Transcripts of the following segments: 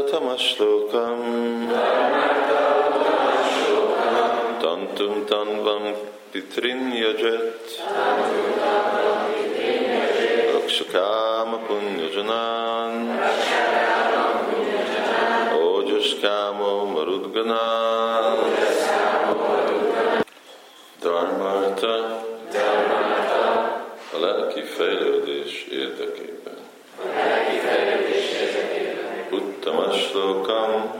Uttamaslokam Tantum Tanvam Pitrin Yajet Rakshakama Punyajanan Ojaskamo Marudganan Dharmartha a lelki fejlődés érdekében. Uttamaslokam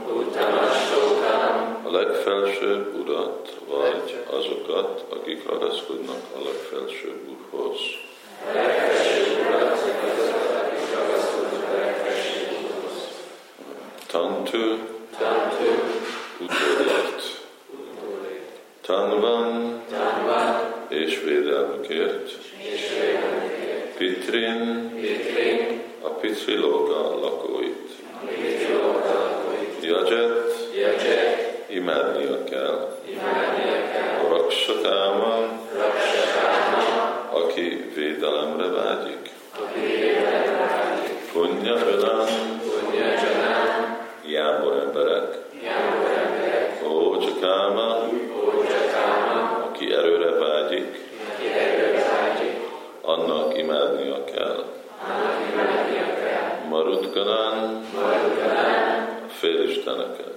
a legfelsőbb urat, vagy azokat, akik ragaszkodnak a legfelsőbb Úrhoz. Tantu, utódért. Tanvan, és védelmükért. Pitrin, a Pitrilóka lakóit. Jajet, imádnia kell. Raksatáma, aki védelemre vágyik. Punyajanan, jámbor emberek. Ócsakáma, aki erőre vágyik. Annak imádnia kell. Marudganan, a félisteneket.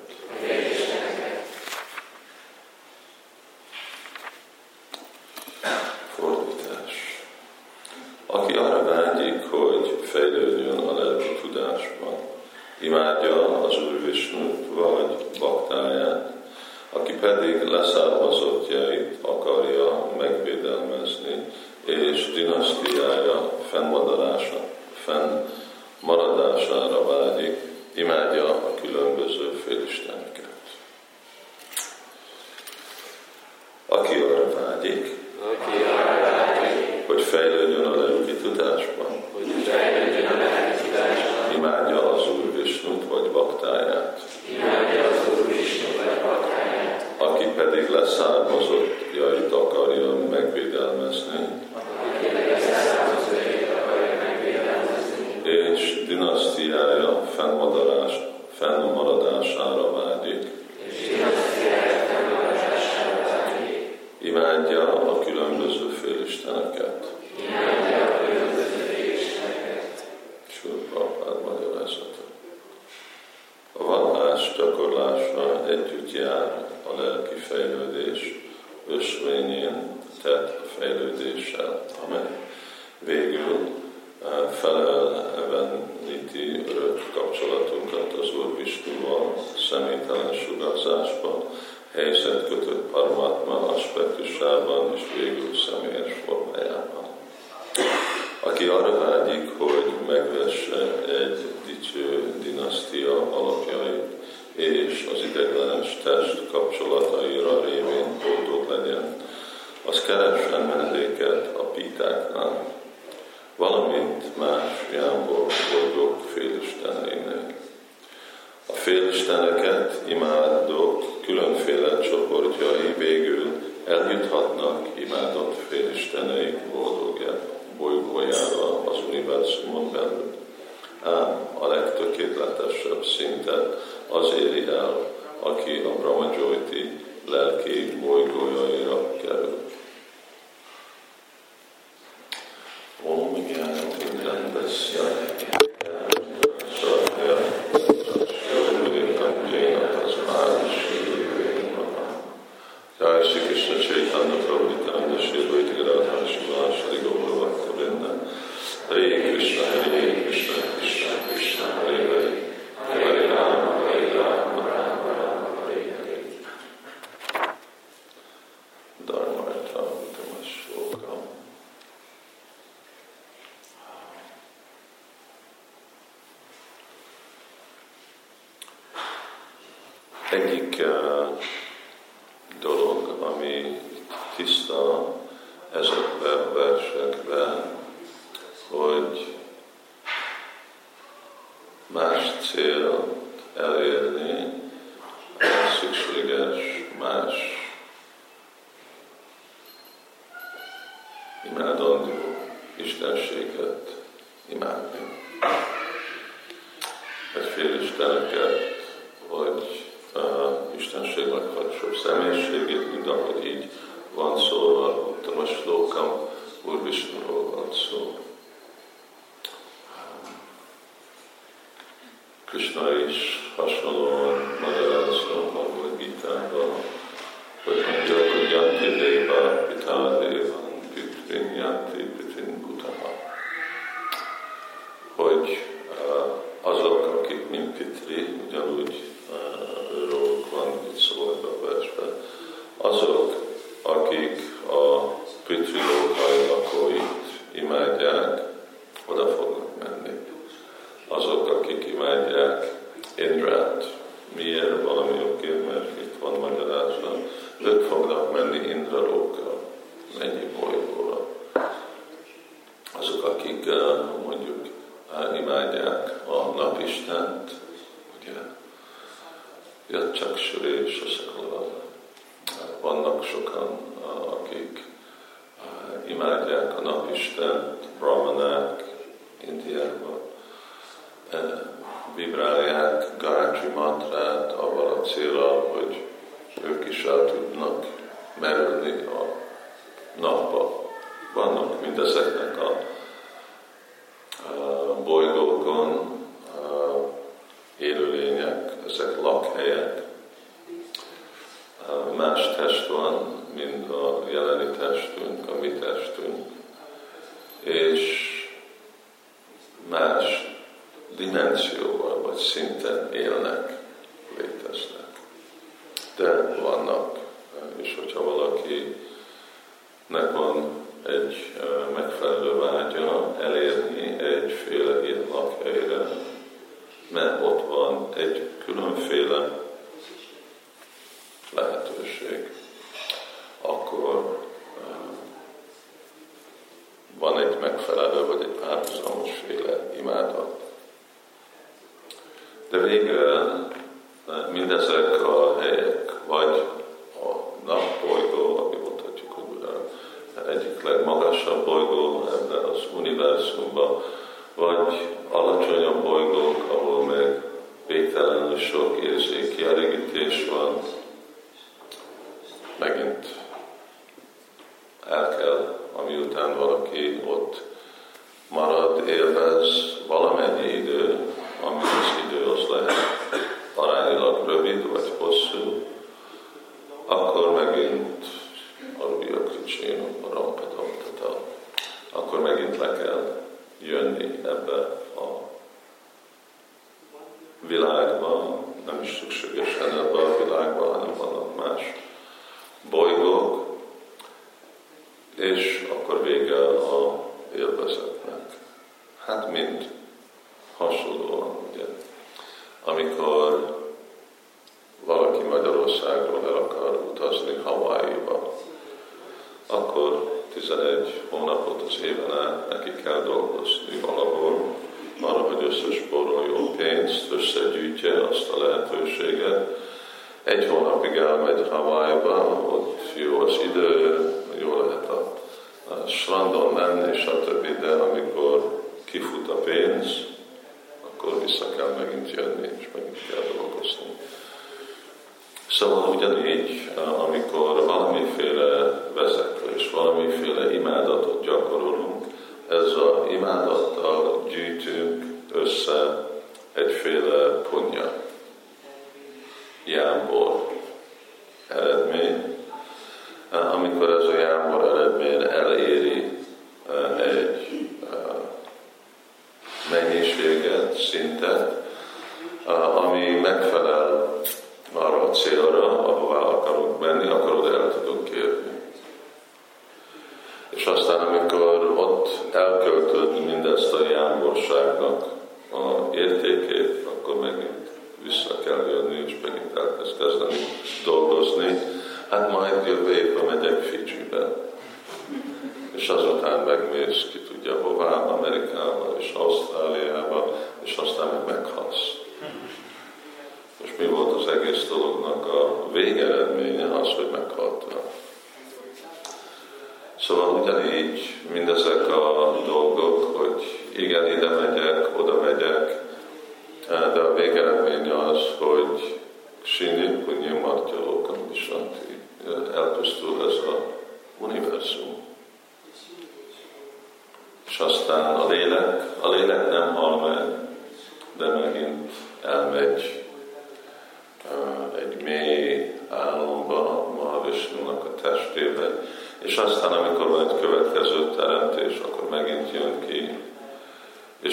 Fordítás. Aki arra vágyik, hogy fejlődjön a lelki tudásban, imádja az Úr Visnut vagy baktáját, aki pedig leszármazottjait akarja megvédelmezni, és dinasztiája fennmaradására vágyik, imádja a különböző félisteneket. Aki arra vágyik, hogy fejlődjön a lelki tudásban, imádja az Úr Visnut vagy baktáját, aki pedig leszármazottjait akarja megvédelmezni, és dinasztiája fennmaradására vágyik, imádja a különböző félisteneket. Sőt, Prabhupád magyarázata. A vallás gyakorlása együtt jár a lelki fejlődés ösvényén tett fejlődéssel, amely végül feleleveníti örök kapcsolatunkat az Úr Visnuval, személytelen sugárzásban, helyzet kötött Paramatma aspektusában és végül személyes formájában. Aki arra vágyik, hogy megvesse egy dicső dinasztia alapjait, és az ideiglenes test kapcsolataira révén boldog legyen, az keressen menedéket a pítáknál, valamint más jámbor bolygók félisteneinél. A félisteneket imádók különféle csoportjai végül eljuthatnak imádott félisteneik bolygójára az univerzumon belül. Ám a legtökéletesebb szintet az éri el, aki a Brahma-Jyoti lelki bolygójaira kerül. Om Gyánam Indrantasya Jai Shri Krishna Chaitanya Prabhu Nityananda Shri Advaita Gadadhara Srivas Shri Gaura Bhakta Vrinda Hare Krishna Krishna Krishna Hare Hare Hare Rama Rama Rama Hare Hare. Dharmartha Uttamaśloka. Egyik dolog, ami tiszta ezekben a versekben, hogy más cél elérni szükséges más imádandó istenséget imádni. Egy fél Isteneket, vagy Istenség legfelsőbb személyiségét, mind ahogy így van szólva, Uttama Slokam, Úr Visnuról van szó. Krishna is hasonlóan magyarázza a Bhagavad Gitában, hogy mondja, hogy Yanti Deva, Pita Devan, Pitrin Yanti, Pitrin Kutaha. Hogy azok, akik mint Pitri, ugyanúgy róluk van itt szó ebben a versben, azok, akik a Pitri lókai lakóit imádják, oda fognak menni. Azok, akik imádják Indrát. Miért? Valami oké, mert itt van magyarázva. Ők fognak menni Indralókra, mennyi bolygóra. Azok, akik mondjuk imádják a napistent, ugye, Yatchaksuri és Asakala. Vannak sokan, akik imádják a napistent, brahmanák Indiában, vibrálják Gayatri mantrát avval a célral, hogy ők is el tudnak merülni a napba. Vannak mindezeknek a bolygókon élőlények, ezek lakhelyek. Más test van, mint a jeleni testünk, a mi testünk, és más dimenzióval vagy szinten élnek, léteznek. De vannak, és hogyha valakinek van egy megfelelő vágya elérni egyféle ilyen lakhelyre, mert ott van egy különféle lehetőség, akkor van egy megfelelő vagy egy párhuzamos féle imádat. De végül mindezek a helyek, vagy a napbolygó, ami mondhatjuk, hogy egyik legmagasabb bolygó ebben az univerzumban, vagy alacsonyabb bolygók, ahol meg végtelenül sok érzéki kielégítés van, megint el kell, amiután valaki ott marad, élvez valamennyi idő, ami az idő az lehet arányilag rövid vagy hosszú, akkor megint akkor megint le kell jönni ebbe a világba, nem is szükségesen ebbe a világba, hanem vannak más bolygók, és akkor vége a élvezetnek. Hát mind hasonlóan, ugye. Amikor valaki Magyarországról el akar utazni Hawaii-ba, akkor 11 hónapot az éven át neki kell dolgozni valahol, arra, hogy összespóroljon pénzt, összegyűjtje azt a lehetőséget. 1 hónapig elmegy Hawaii-ba, ott jó az idő, jó lehet a strandon menni, stb. De amikor kifut a pénz, akkor vissza kell megint jönni, és megint kell dolgozni. Szóval ugyanígy, amikor valamiféle vezetés, valamiféle imádatot gyakorolunk, ez az imádattal gyűjtünk össze egyféle punya, jámbor eredmény. Amikor ez a jámbor eredmény eléri egy mennyiséget, szintet, ami megfelel arra a célra, ahová akarunk menni, akkor oda el tudunk érni. És aztán, amikor ott elköltöd mindezt a jámborságnak a értékét, akkor megint vissza kell jönni, és megint elkezd kezdeni dolgozni. Hát majd jövő évben megyek Fidzsibe. És azután megmész, ki tudja hová, Amerikába és Ausztráliába, és aztán meghalsz. És mi volt az egész dolognak a végeredménye? Az, hogy meghaltál. Szóval ugyanígy mindezek a dolgok, hogy igen, ide megyek, oda megyek, de a végeredmény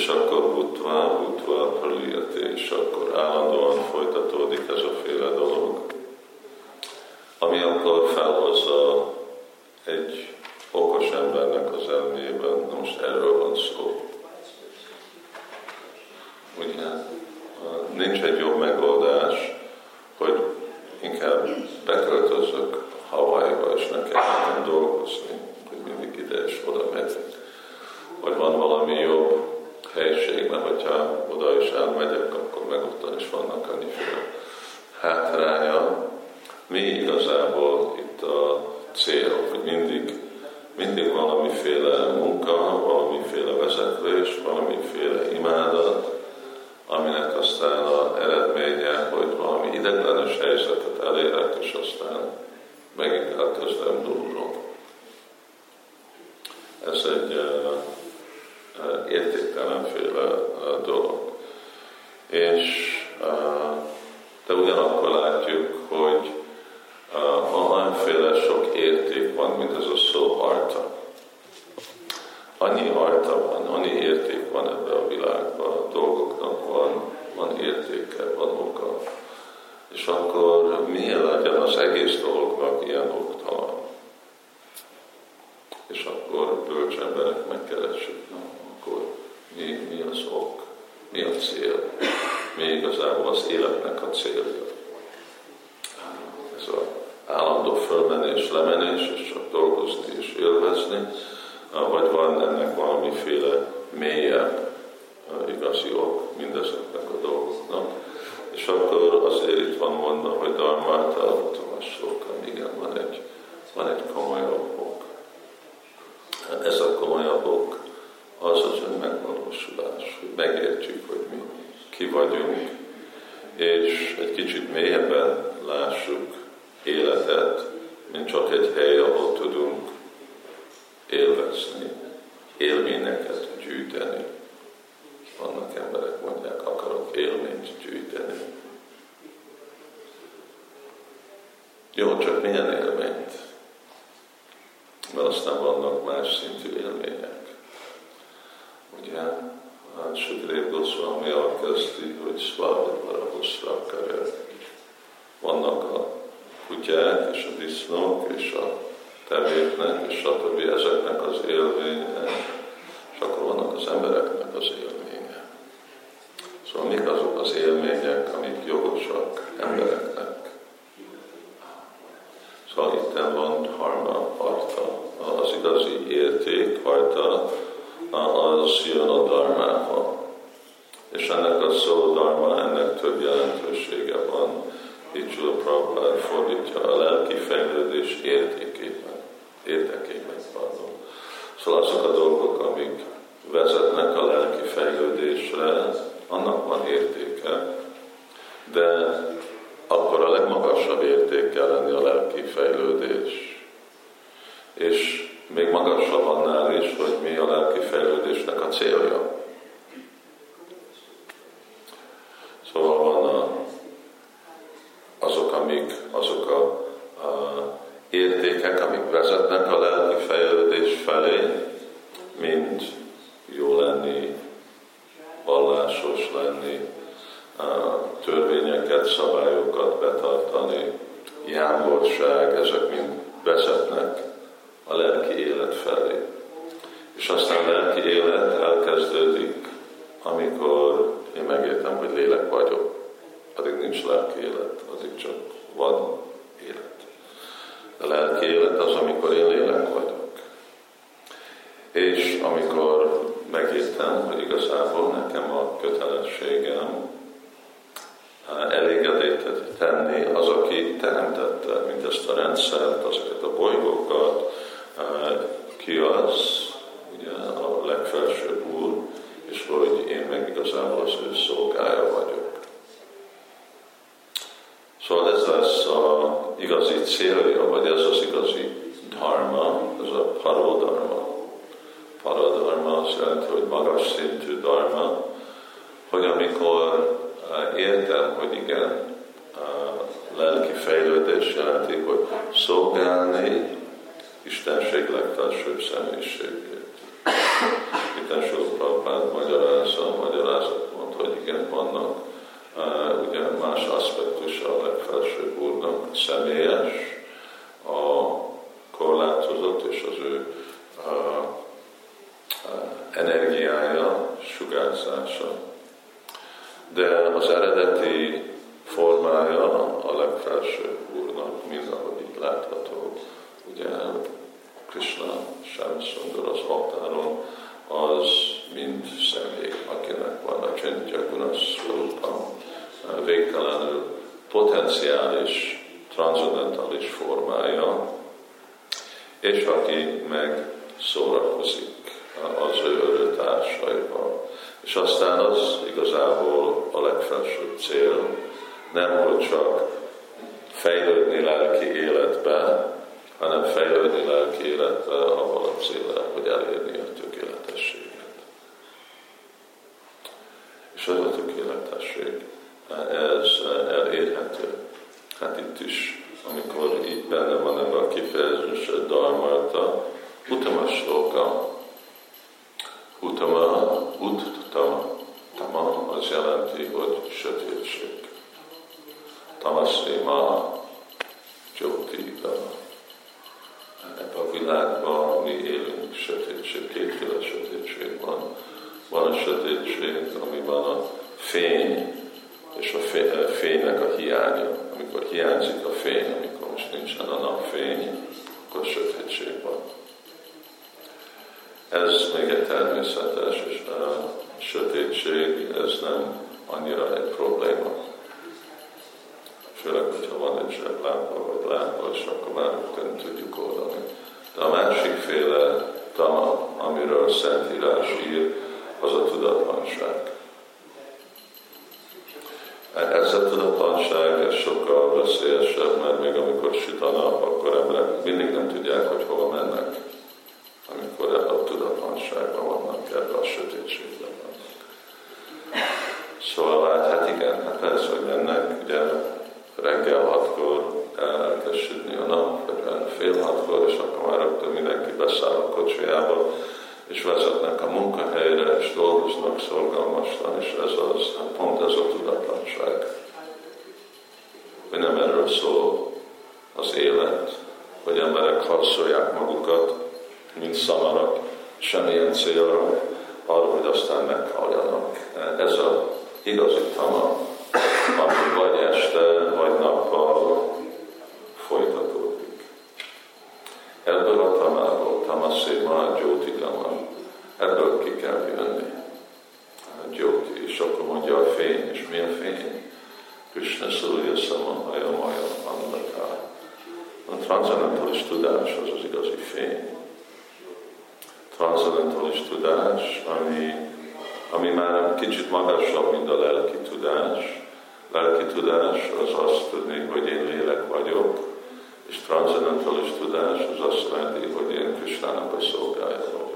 és akkor butva praliyate, és akkor állandóan folytatódik ez a féle dolog, ami akkor felhozza egy okos embernek az elméjében. Most erről van szó. Ugye, nincs egy jobb megoldás, hogy inkább beköltözök Hawaii-ba, és ne kellene dolgozni, hogy mindig ide és oda megyek. Vagy van valami jobb helység, mert hogyha oda is elmegyek, akkor meg ottan is vannak annyiféle hátránya. Mi igazából itt a cél, hogy mindig valamiféle munka, valamiféle vezetés, valamiféle imádat, aminek aztán az eredménye, hogy valami ideglenes helyzetet elérek, és aztán megint elkezdem nullról. Ez egy értéktelenféle dolog. De ugyanakkor látjuk, hogy olyanféle sok érték van, mint ez a szó arta. Annyi arta van, annyi érték van ebben a világban, a dolgoknak van értéke, van oka. És akkor miért legyen az egész dolognak ilyen oktalan? És akkor bölcs emberek megkeresik, akkor mi az ok, mi a cél, mi igazából az életnek a célja. Ez az állandó fölmenés, lemenés, és csak dolgozni és élvezni, vagy van ennek valamiféle mélyebb igazi ok mindezeknek a dolgoknak. És akkor azért itt van mondva, hogy dharmata utamasokkal, igen, van egy komolyabb ok. Ez a komolyabb ok az önmegvalósulás, hogy megértjük, hogy mi ki vagyunk, és egy kicsit mélyebben lássuk életet, mint csak egy hely, ahol tudunk élvezni, élményeket gyűjteni. Vannak emberek, mondják, akarok élményt gyűjteni. Jó, csak milyen élményt? Mert aztán vannak más szintű élmények. Ugye, Sukadeva Goswami elkezdi, hogy Svabhadvara Husrakare. Vannak a kutyák és a disznók és a tevéknek, és stb. Ezeknek az élménye, és akkor vannak az embereknek az élménye. Szóval mik azok az élmények, amik jogosak embereknek? Szóval itt van dharma, arta, az igazi érték, arta, az jön a dharmával. És ennek a szó dharma, ennek több jelentősége van. Így Srila Prabhupád fordítja a lelki fejlődés érdekében. Szóval azok a dolgok, amik vezetnek a lelki fejlődésre, annak van értéke, de akkor a legmagasabb érték kell lenni a lelki fejlődés. És még magasabb annál is, hogy mi a lelki fejlődésnek a célja. Szóval van azok a értékek, amik vezetnek a lelki fejlődés felé, mint jó lenni, vallásos lenni, törvényeket, szabályokat betartani, jámborság, ezek mind vezetnek a lelki élet felé. És aztán a lelki élet elkezdődik, amikor én megértem, hogy lélek vagyok. Addig nincs lelki élet, addig csak van élet. A lelki élet az, amikor én lélek vagyok. És amikor megértem, hogy igazából nekem a kötelességem elégedétet tenni az, aki teremtette, mint ezt a rendszert, azokat a bolygókat, ki az, ugye a legfelsőbb úr, és hogy én meg igazából az ő szolgája vagyok. Szóval ez lesz az igazi célja, vagy ez az igazi dharma, ez a paradharma. Paradharma azt jelenti, hogy magas szintű dharma, hogy amikor értem, hogy igen, lelki fejlődés jelenti, hogy szolgálni Istenség legfelsőbb személyiségét. itten Srila Prabhupád magyarázat mond, hogy igen, vannak ugye más aspektusa a legfelsőbb úrnak, személyes, a korlátozott és az ő energiája, sugárzása. De az eredeti formája a legfelsőbb úrnak, mind ahogy így látható, ugye Krishna Shamsundar az altáron, az mind személy, akinek van a Csintya Gunasvarupa, végtelenül potenciális, transzendentális formája, és aki meg szórakozik az ő társaival. És aztán az igazából a legfelsőbb cél, nem hogy csak fejlődni lelki életbe, hanem fejlődni lelki életbe avval a céllal, hogy elérni a tökéletességet. És ez a tökéletesség, ez elérhető. Hát itt is, amikor így benne van ebben a kifejezés, Dharmartha, Uttama Shloka. Tama, az jelenti, hogy sötétség. Tamasrima, Jyoti, ebben a világban mi élünk sötétség, kétféle sötétség van. Van a sötétség, ami van a fény, és a fénynek a hiánya. Amikor hiányzik a fény, amikor most nincsen a napfény, akkor sötétség van. Ez még egy természetes, és a sötétség, ez nem annyira egy probléma. Főleg, hogyha van egy zseblámpa vagy lámpa, és akkor már nem tudjuk oldani. De a másikféle tama, amiről Szentírás ír, az a tudatlanság. Ez a tudatlanság ez sokkal veszélyesebb, mert még amikor süt a nap, akkor emberek mindig nem tudják, hogy hova mennek. Amikor ebben a tudatlanságban vannak, ebben a sötétségben vannak. Szóval hát igen, hát persze, hogy mennek, ugye reggel 6-kor elkezd sütni a nap, vagy fél 6-kor, és akkor már rögtön mindenki beszáll a kocsijába, és vezetnek a munkahelyre, és dolgoznak szorgalmasan, és ez az, pont ez a tudatlanság. Hogy nem erről szól az élet, hogy emberek harcolják magukat, mint szamarak, semmilyen célra, arra, hogy aztán meghalljanak. Ez az igazi tama, ami vagy este, vagy nappal folytatódik. Ebből a tamából, tamasima, jyotigama, ebből ki kell jönni. Jyoti, és akkor mondja a fény, és mi a fény? Krishna Surya Samahaya Maya Andhaka. A transzendentális tudás az az igazi fény. Transzendentális tudás, ami már kicsit magasabb, mint a lelki tudás. Lelki tudás az azt tudni, hogy én lélek vagyok, és transzendentális tudás az azt jelenti, hogy én Krishnának a szolgája vagyok.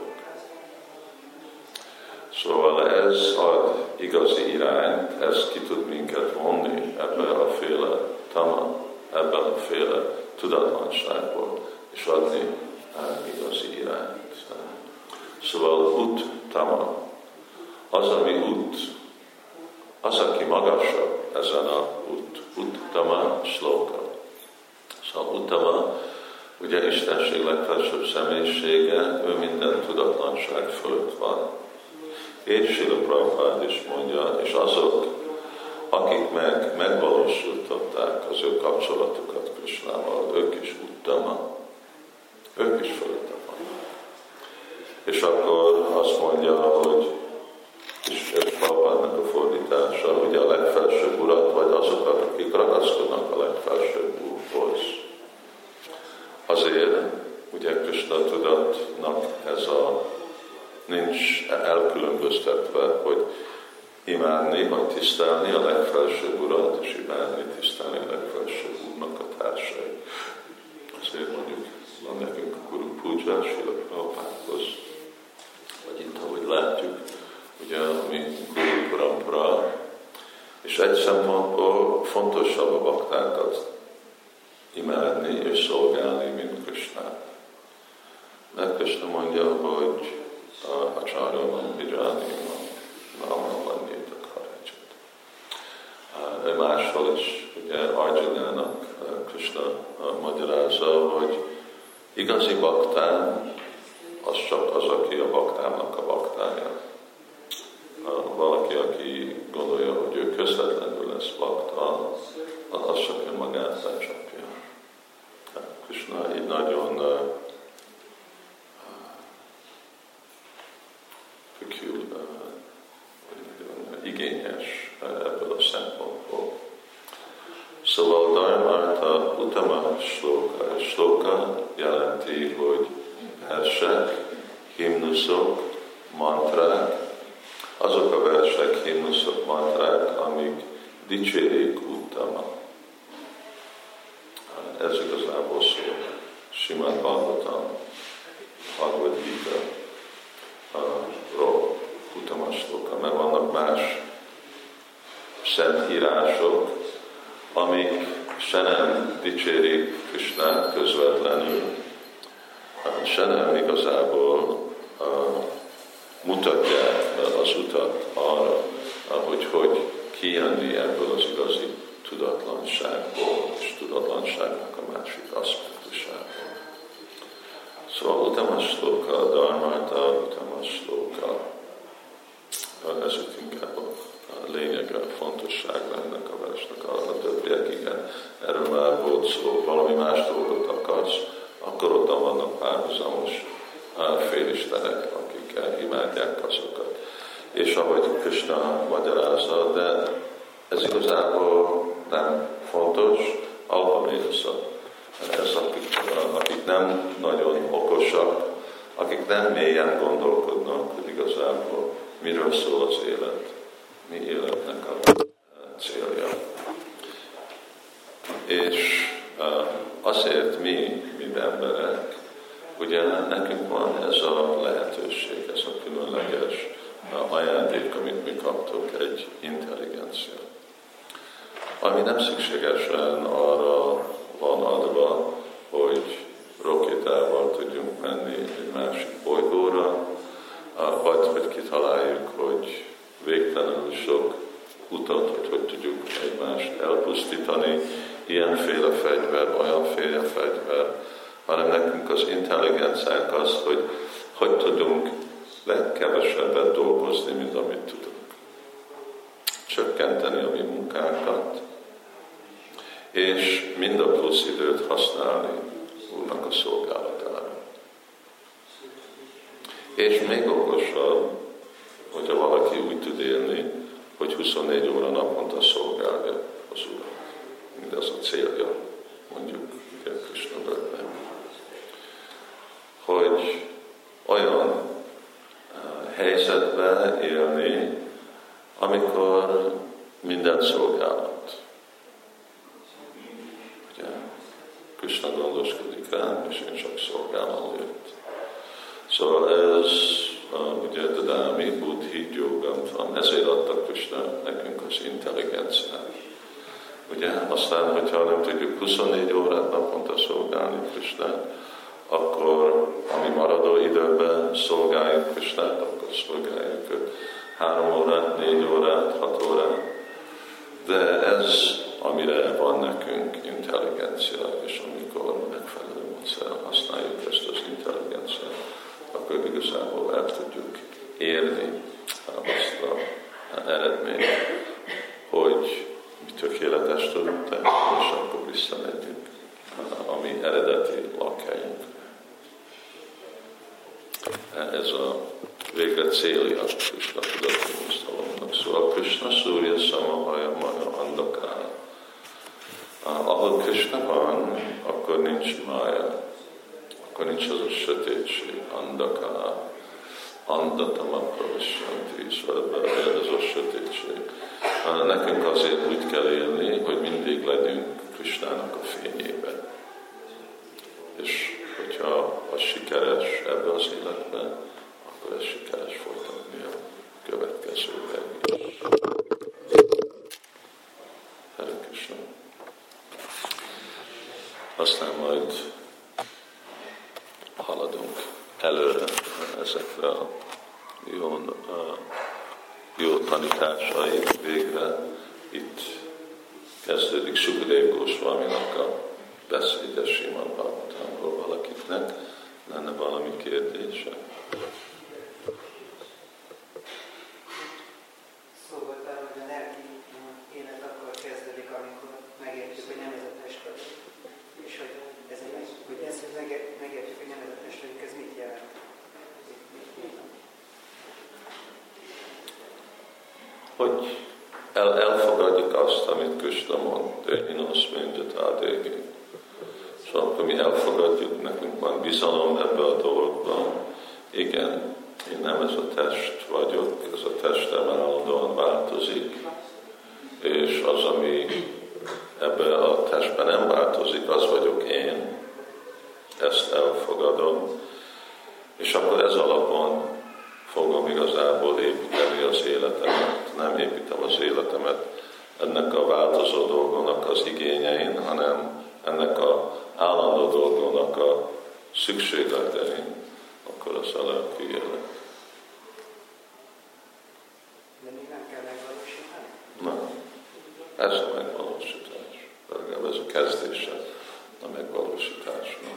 Szóval ez ad igazi irányt, ez ki tud minket vonni ebben a féle tama, ebben a féle tudatlanságból, és adni igazi irányt. Szóval ut-tama, az, ami út, az, aki magasabb ezen a ut-tama shloka. Szóval uttama, ugye Istenség legfelsőbb személyisége, ő minden tudatlanság fölött van. És Srila Prabhupád is mondja, és azok, akik megvalósították az ő kapcsolatukat Krishnával, ők is uttama, ők is fölötte vannak. És akkor azt mondja, hogy és Prabhupádnak a fordítása, ugye a legfelsőbb urat, vagy azokat, akik ragaszkodnak a legfelsőbb úrhoz. Azért, ugye Krishna tudatnak ez a nincs elkülönböztetve, hogy imádni, vagy tisztelni a legfelsőbb urat, és imádni, tisztelni a legfelsőbb úrnak a társai. Azért mondjuk van nekünk a Guru Puja, Srila Prabhupádhoz, vagy itt, ahogy látjuk, ugye, ami Guru Parampara, és egy szempontból fontosabb a baktákat imádni és szolgálni, mint Krishnát. Mert Krishna mondja, hogy Acsaryam Vijani Nama Vandita Karajat. Ő máshol is ugye Arjunának Krishna magyarázza, hogy igazi baktán az csak az, aki a baktának a baktája. Valaki, aki gondolja, hogy ő közvetlenül lesz bakta, az csak önmagát becsapja. Krishna így nagyon igényes ebből a szempontból. Szóval Dharmartha Uttama Shloka. Shloka jelenti, hogy versek, himnuszok, mantrák, azok a versek, himnuszok, mantrák, amik dicsérik Uttama. Ez igazából szó. Simad Bhagavatam, Bhagavad Gita, Uttama Shloka, mert vannak más szentírások, amik se nem dicsérik Krisnát közvetlenül, se nem igazából mutatják az utat arra, hogy kijönni ebből az igazi tudatlanságból, és tudatlanságnak a másik aszpektusából. Szóval Uttama Shloka, Dharmartha Uttama Shloka, ez itt inkább a lényege, a fontossága ennek a versnek, a többiek, igen, erről már volt szó, valami más dolgot akarsz, akkor ott vannak párhuzamos félistenek, akik imádják azokat. És ahogy Krishna magyarázza, de ez igazából nem fontos, alpamélsza. Ez akik nem nagyon okosak, akik nem mélyen gondolkodnak, hogy igazából miről szól az élet, mi életnek a célja. És azért mi, mint emberek, ugye nekünk van ez a lehetőség, ez a különleges ajándék, amit mi kaptunk, egy intelligencia. Ami nem szükségesen arra van adva, hogy rakétával tudjunk menni egy másik bolygóra, vagy hogy kitaláljuk, hogy végtelenül sok utat, hogy tudjuk egymást elpusztítani, ilyenféle fegyver, olyanféle fegyver, hanem nekünk az intelligenciánk az, hogy tudunk legkevesebbet dolgozni, mint amit tudunk. Csökkenteni a mi munkánkat, és mind a plusz időt használni Úrnak a szolgálatára. És még okosabb, hogyha valaki úgy tud élni, hogy 24 óra naponta szolgálja az Urat. Mindez a célja, mondjuk Krishna bölben. Hogy olyan helyzetben élni, amikor minden szolgálat. Ugye, Krishna gondoskodik rám, és én csak szolgálom őt. Szóval ez ugye Dadámi, Buddhi, Jogam van, ezért adta Krishna nekünk az intelligenciát. Ugye, aztán, hogyha nem tudjuk 24 órát naponta szolgálni Krishnát, akkor ami maradó időben szolgáljuk Krishnát, akkor szolgáljuk őt 3 órát, 4 órát, 6 órát. De ez, amire van nekünk intelligencia, és amikor megfelelő módszerrel használjuk ezt az intelligenciát, akkor igazából el tudjuk érni azt az eredményt, hogy mi tökéletes tudunk tenni, és akkor visszamegyünk a mi eredeti lakhelyünkre. Ez a végre célja a Krishna tudati mozgalomnak. Szóval Krishna Surya Samahaya Maya Andakara. Ahol Krishna van, akkor nincs mája, akkor nincs az a sötétség, Andakara. Andatama Pravasyanti, szóval ez a sötétség. Nekünk azért úgy kell élni, hogy mindig legyünk Krishnának a fényében. És hogyha az sikeres ebben az életben, akkor ez sikeres folytatni a következőben is. Hare Krishna. Aztán majd haladunk előre ezekre a jó tanításai végre itt kezdődik Sukadeva Goswaminak a beszéde Srimad Bhagavatamról. Valakiknek lenne valami kérdése? Szóval arra, hogy a lelki élet akkor kezdődik, amikor megértjük, hogy nem ez a test vagyunk. És hogy megértjük, hogy nem ez a test vagyunk, ez mit jelent? Hogy elfogadjuk azt, amit Krishna mond, és akkor mi elfogadjuk, nekünk van bizalom ebbe a dologban. Igen, én nem ez a test vagyok, ez a testem állandóan változik, és az, ami ebbe a testben nem változik, az vagyok én. Ezt elfogadom, és akkor ez alapon fogom igazából építeni az életemet. Nem építem az életemet ennek a változó dolgonak az igényein, hanem ennek a állandó dolgonak a szükségletein, akkor az a lelki élet. De még nem kell megvalósítani? Nem. Ez a megvalósítás. Legalább ez a kezdése a megvalósításnak.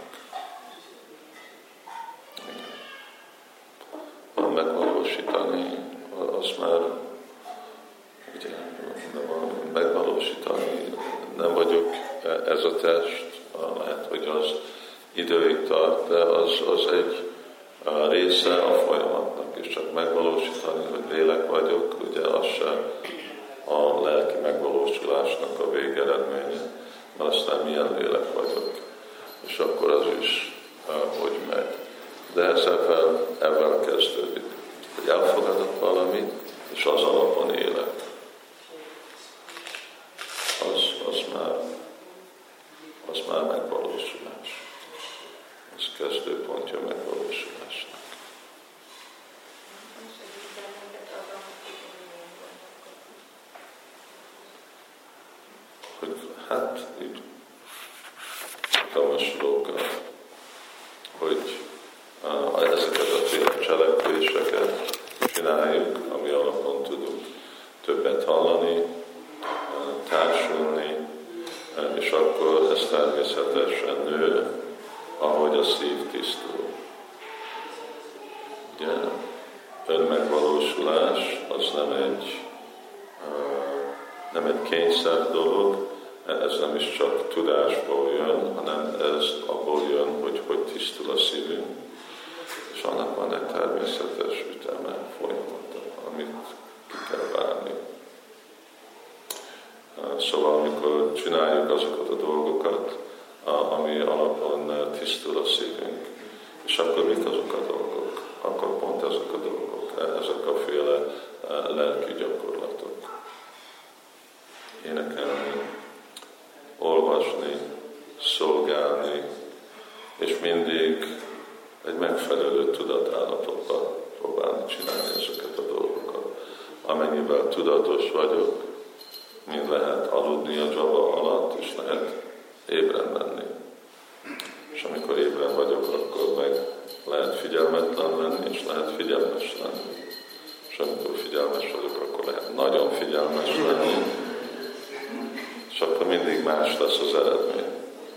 Van megvalósítani, az már ugye, megvalósítani, nem vagyok ez a test, lehet, hogy az időig tart, de az egy része a folyamatnak, és csak megvalósítani, hogy lélek vagyok, ugye az se a lelki megvalósulásnak a végeredménye, mert aztán milyen lélek vagyok, és akkor az is hogy megy. De ez ebben kezdődik, hogy elfogadok valamit, és az alapon élek. Az már megvalósulás. Ez kezdőpontja megvalósulásnak. Hát így javaslók, hogy ezeket a cselekvéseket csináljuk, ami alapon tudunk többet hallani, társulni, és akkor ez természetesen nő, ahogy a szív tisztul. Ugye, önmegvalósulás az nem egy kényszer dolog, ez nem is csak tudásból jön, hanem ez abból jön, hogy tisztul a szívünk, és annak van egy természetes üteme, folyamata, amit ki kell várni. Szóval, amikor csináljuk azokat a dolgokat, ami alapon tisztul a szívünk, és akkor mik azok a dolgok? Akkor pont ezek a dolgok, ezek a féle lelki gyakorlatok. Énekelni, olvasni, szolgálni, és mindig egy megfelelő tudatállapotban próbálni csinálni ezeket a dolgokat. Amennyivel tudatos vagyok, mind lehet aludni a dzsaba alatt, és lehet ébren lenni. És amikor ébren vagyok, akkor meg lehet figyelmetlen lenni, és lehet figyelmes lenni. És amikor figyelmes vagyok, akkor lehet nagyon figyelmes lenni, és akkor mindig más lesz az eredmény.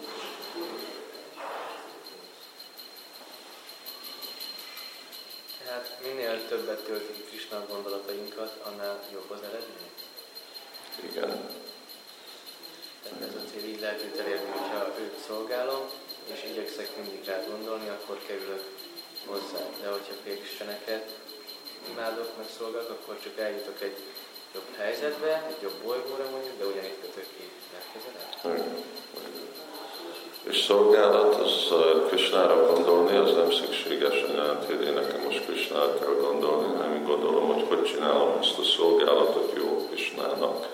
Tehát minél többet töltünk Krisna gondolatainkat, annál jobb az eredmény? Igen. Tehát ez a cél, így lehet őt elérni, hogyha őt szolgálom, és igyekszek mindig rá gondolni, akkor kerülök hozzá. De hogyha Krisnát imádok, meg szolgálok, akkor csak eljutok egy jobb helyzetbe, egy jobb bolygóra mondjuk, de ugyanígy kötök ki legközelebb. És szolgálat, az Krishnára gondolni, az nem szükségesen jelenti, hogy én nekem most Krishnára kell gondolni, hanem én gondolom, hogy csinálom ezt a szolgálatot jó Krishnának.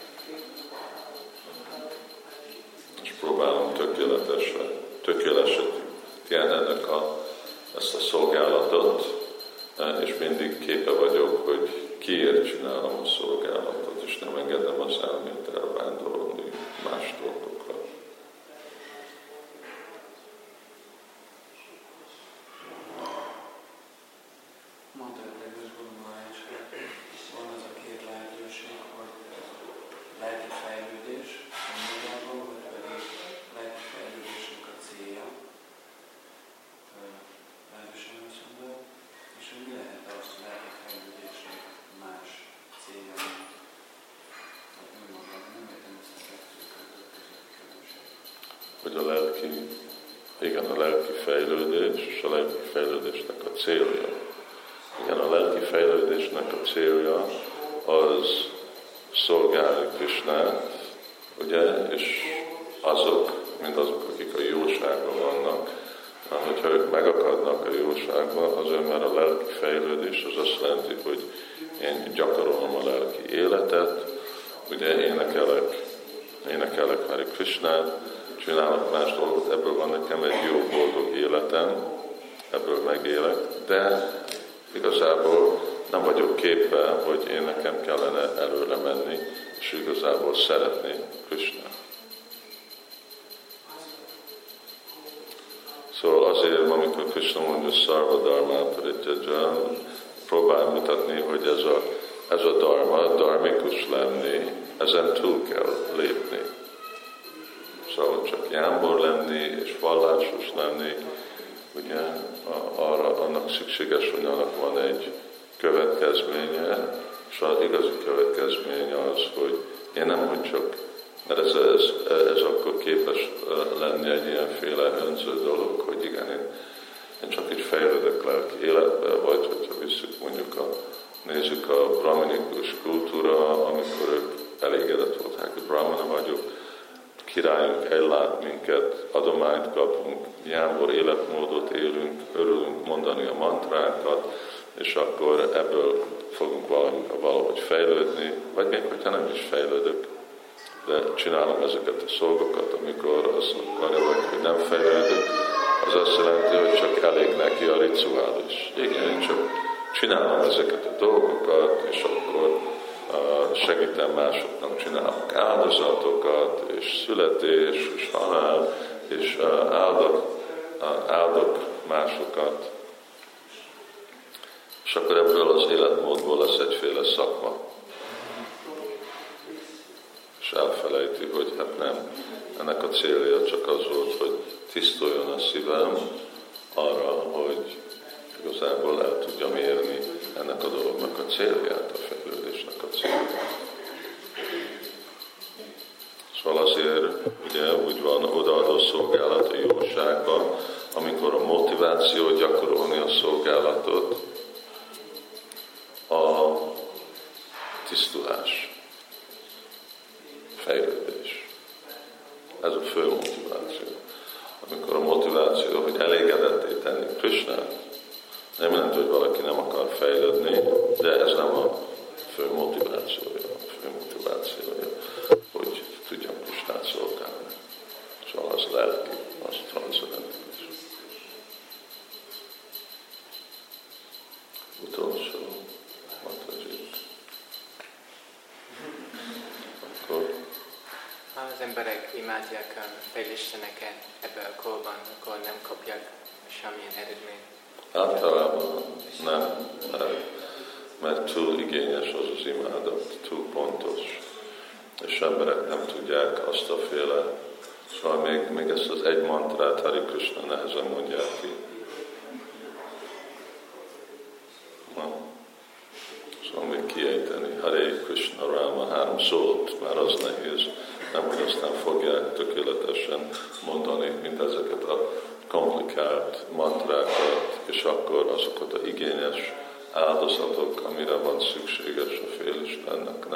És próbálom tökéletesíteni ennek ezt a szolgálatot, és mindig képe vagyok, hogy kiért csinálom a szolgálatot, és nem engedem az elmét elvándorolni más dolgokra. Mondta a kedves hogy a lelki fejlődés, és a lelki fejlődésnek a célja. Igen, a lelki fejlődésnek a célja az szolgálni Krisnát, ugye, és azok, mint azok, akik a jóságban vannak, hogyha ők megakadnak a jóságban, azért mert a lelki fejlődés az azt jelenti, hogy én gyakorolom a lelki életet, ugye énekelek Hare Krisnát, csinálok más dolgot, ebből van nekem egy jó, boldog életem, ebből megélek, de igazából nem vagyok képbe, hogy én nekem kellene előre menni, és igazából szeretni Krisnát. Szóval azért, amikor Krishna mondja Sarva Dharma Parityaja, próbál mutatni, hogy ez a dharma, dharmikus lenni, ezen túl kell lépni. Szóval csak jámbor lenni és vallásos lenni, ugye annak szükséges, hogy annak van egy következménye, és az igazi következmény az, hogy én nem hogy csak, mert ez akkor képes lenni egy ilyenféle önző dolog, hogy igen, én csak így fejlődök lelki életbe, vagy hogyha nézzük a brahmanikus kultúra, amikor ők elégedett voltak, hogy brahmana vagyok, királyunk ellát minket, adományt kapunk, jámbor életmódot élünk, örülünk mondani a mantrákat, és akkor ebből fogunk valahogy fejlődni, vagy még hogyha nem is fejlődök, de csinálom ezeket a szolgokat, amikor azt akarja, hogy nem fejlődök, az azt jelenti, hogy csak elég neki a rituális. Igen, én csak csinálom ezeket a dolgokat, és akkor segítem másoknak, csinálok áldozatokat, és születés, és halál, és áldok másokat. És akkor ebből az életmódból lesz egyféle szakma. És elfelejti, hogy hát nem. Ennek a célja csak az volt, hogy tisztuljon a szívem arra, hogy igazából el tudjam érni ennek a dolognak a célját, a fejlődésnek a célját. Szóval azért ugye úgy van odaadó szolgálat a jóságban, amikor a motiváció gyakorolni a szolgálatot a tisztulás, fejlődés. Ez a fő motiváció. Amikor a motiváció, hogy elégedetté tenni Krisnát, nem jelenti, hogy valaki nem akar fejlődni, de ez nem a fő motivációja. A fő motivációja, hogy tudjam Krisnát szolgálni. Szóval az lelki, az transzendentális. Utolsó Mataji. Akkor ha az emberek imádják a fejlisteneket ebben a korban, akkor nem kapják semmilyen eredményt. Általában nem, mert túl igényes az az imádat, túl pontos, és emberek nem tudják azt a féle, szóval még ezt az egy mantrát Hare Krishna nehezen mondják ki. Szóval még kiejteni Hare Krishna Rama 3 szót, már az nehéz, nem hogy aztán fogják tökéletesen mondani, mint ezeket a komplikált mantrákat, és akkor azokat az igényes áldozatok, amire van szükséges a félistennek,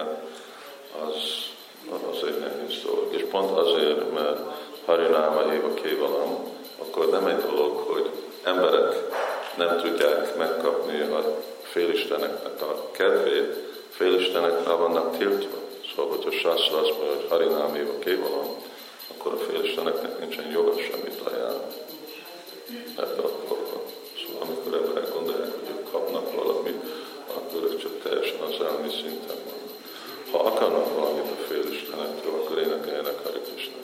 az egy nehéz dolog. És pont azért, mert Harináma Éva Kévalam, akkor nem egy dolog, hogy emberek nem tudják megkapni a félisteneknek a kedvét, félisteneknek vannak tiltva. Szóval, hogyha Sászra azt mondja, hogy Harinám Éva Kévalam, akkor a félisteneknek nincsen joga semmit ajánlani. Ebben a dolgban. Szóval amikor emberek gondolják, hogy ők kapnak valamit, akkor ők csak teljesen az elmi szinten vannak. Ha akarnak valamit a félistenektől, akkor énekeljenek Hare Krisnát.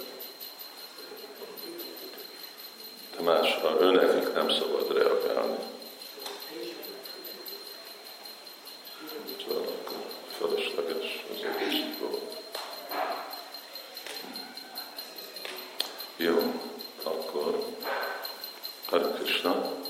De másra őnekik nem szabad reagálni. Szóval akkor felesleges az egész dolog. Jó, akkor Hare Krishna.